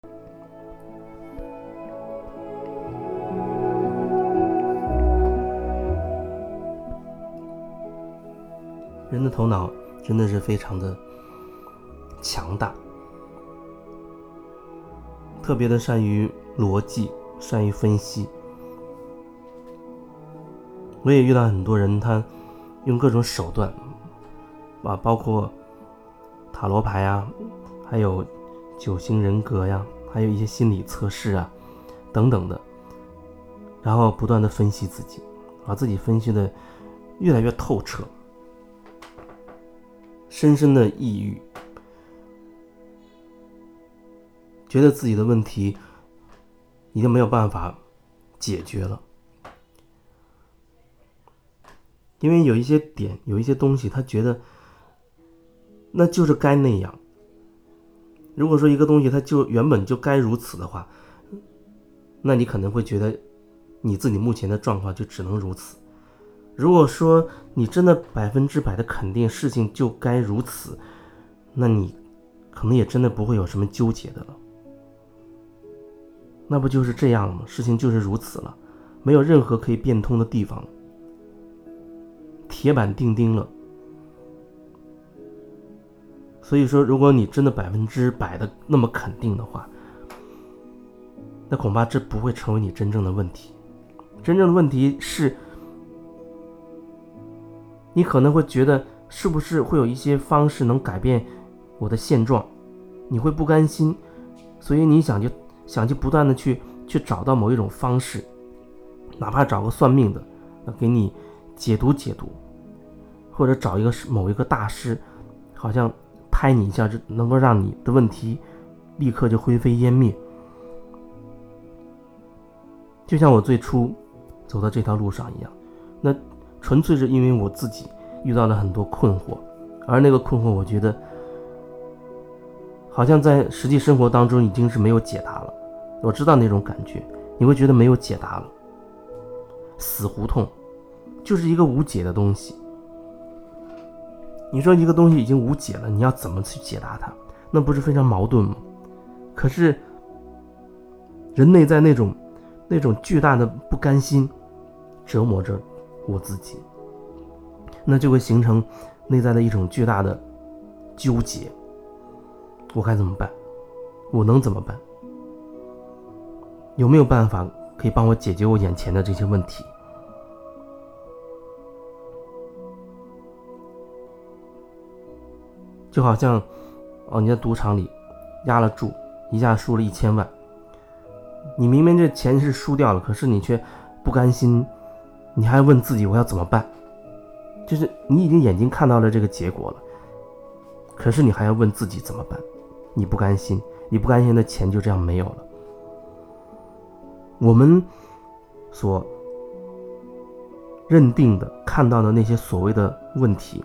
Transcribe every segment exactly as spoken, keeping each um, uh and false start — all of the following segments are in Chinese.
人的头脑真的是非常的强大，特别的善于逻辑，善于分析。我也遇到很多人，他用各种手段啊，包括塔罗牌啊，还有九型人格呀，还有一些心理测试啊等等的，然后不断的分析自己，把自己分析的越来越透彻，深深的抑郁，觉得自己的问题已经没有办法解决了。因为有一些点，有一些东西，他觉得那就是该那样。如果说一个东西它就原本就该如此的话，那你可能会觉得你自己目前的状况就只能如此。如果说你真的百分之百的肯定事情就该如此，那你可能也真的不会有什么纠结的了。那不就是这样了吗？事情就是如此了，没有任何可以变通的地方，铁板钉钉了。所以说，如果你真的百分之百的那么肯定的话，那恐怕这不会成为你真正的问题。真正的问题是，你可能会觉得是不是会有一些方式能改变我的现状，你会不甘心，所以你想就想去不断的去去找到某一种方式，哪怕找个算命的给你解读解读，或者找一个某一个大师，好像拍你一下就能够让你的问题立刻就灰飞烟灭。就像我最初走到这条路上一样，那纯粹是因为我自己遇到了很多困惑，而那个困惑我觉得好像在实际生活当中已经是没有解答了。我知道那种感觉，你会觉得没有解答了，死胡同，就是一个无解的东西。你说一个东西已经无解了，你要怎么去解答它？那不是非常矛盾吗？可是人内在那种那种巨大的不甘心折磨着我自己，那就会形成内在的一种巨大的纠结。我该怎么办？我能怎么办？有没有办法可以帮我解决我眼前的这些问题？就好像哦，你在赌场里押了注，一下输了一千万，你明明这钱是输掉了，可是你却不甘心，你还问自己我要怎么办？就是你已经眼睛看到了这个结果了，可是你还要问自己怎么办？你不甘心，你不甘心的钱就这样没有了。我们所认定的看到的那些所谓的问题，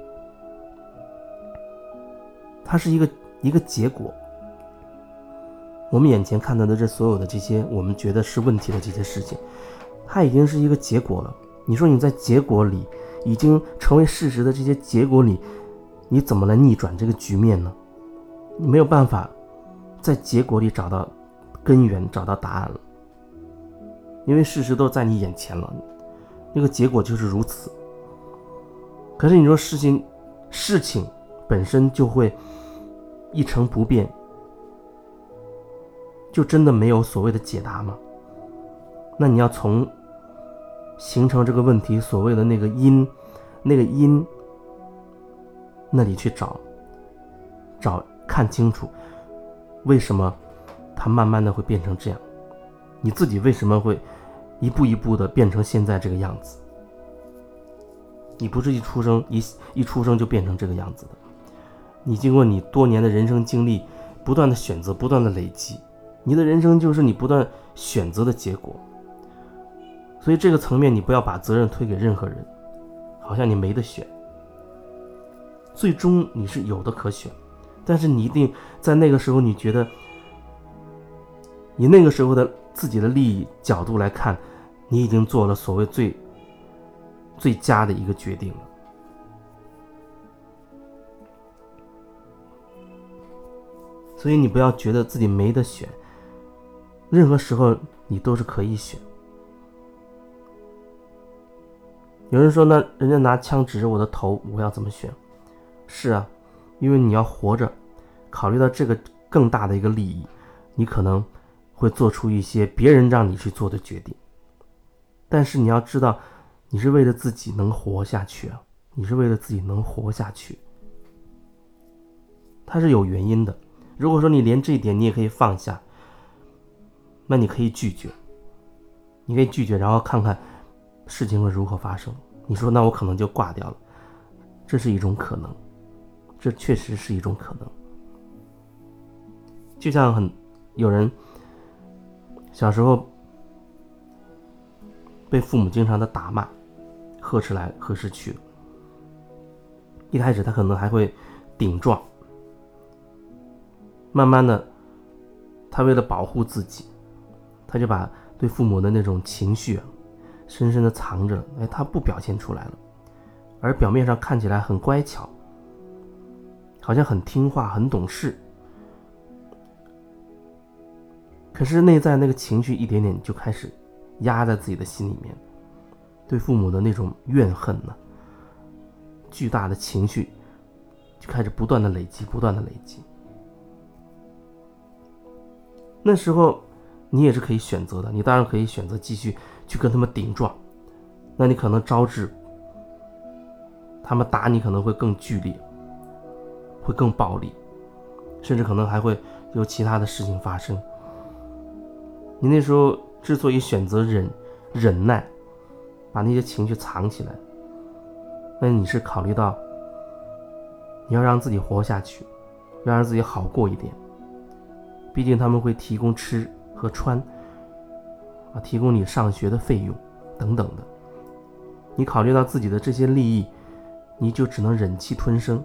它是一个一个结果。我们眼前看到的这所有的这些我们觉得是问题的这些事情，它已经是一个结果了。你说你在结果里已经成为事实的这些结果里，你怎么来逆转这个局面呢？你没有办法在结果里找到根源，找到答案了，因为事实都在你眼前了，那个结果就是如此。可是你说事情事情本身就会一成不变，就真的没有所谓的解答吗？那你要从形成这个问题所谓的那个因那个因那里去找找看清楚为什么它慢慢的会变成这样，你自己为什么会一步一步的变成现在这个样子？你不是一出生一一出生就变成这个样子的，你经过你多年的人生经历，不断的选择，不断的累积，你的人生就是你不断选择的结果。所以这个层面你不要把责任推给任何人，好像你没得选，最终你是有的可选，但是你一定在那个时候，你觉得以那个时候的自己的利益角度来看，你已经做了所谓最最佳的一个决定了。 所以你不要觉得自己没得选，任何时候你都是可以选。有人说呢，人家拿枪指着我的头，我要怎么选？是啊，因为你要活着，考虑到这个更大的一个利益，你可能会做出一些别人让你去做的决定。但是你要知道，你是为了自己能活下去啊，你是为了自己能活下去，它是有原因的。如果说你连这一点你也可以放下，那你可以拒绝，你可以拒绝，然后看看事情会如何发生。你说那我可能就挂掉了，这是一种可能，这确实是一种可能。就像很有人小时候被父母经常的打骂，呵斥来呵斥去，一开始他可能还会顶撞，慢慢的他为了保护自己，他就把对父母的那种情绪啊深深的藏着，哎，他不表现出来了，而表面上看起来很乖巧，好像很听话很懂事，可是内在那个情绪一点点就开始压在自己的心里面，对父母的那种怨恨呢，巨大的情绪就开始不断的累积不断的累积。那时候你也是可以选择的，你当然可以选择继续去跟他们顶撞，那你可能招致他们打你可能会更剧烈，会更暴力，甚至可能还会有其他的事情发生。你那时候之所以选择忍忍耐，把那些情绪藏起来，那你是考虑到你要让自己活下去，要让自己好过一点。毕竟他们会提供吃和穿啊，提供你上学的费用等等的，你考虑到自己的这些利益，你就只能忍气吞声。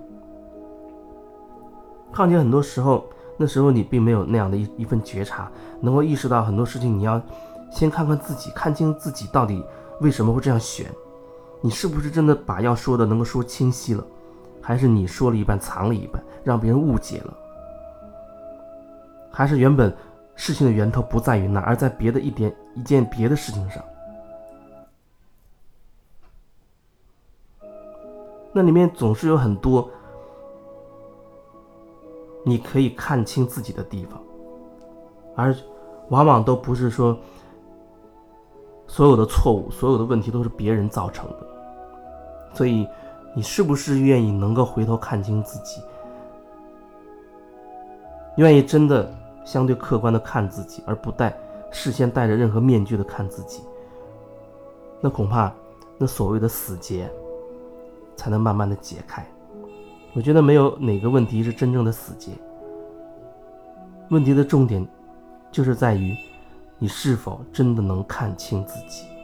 况且很多时候那时候你并没有那样的 一, 一份觉察，能够意识到很多事情你要先看看自己，看清自己到底为什么会这样选，你是不是真的把要说的能够说清晰了，还是你说了一半藏了一半，让别人误解了，还是原本事情的源头不在于那，而在别的一点一件别的事情上。那里面总是有很多你可以看清自己的地方，而往往都不是说所有的错误所有的问题都是别人造成的。所以你是不是愿意能够回头看清自己，愿意真的相对客观的看自己，而不带事先带着任何面具的看自己，那恐怕那所谓的死结才能慢慢的解开。我觉得没有哪个问题是真正的死结，问题的重点就是在于你是否真的能看清自己。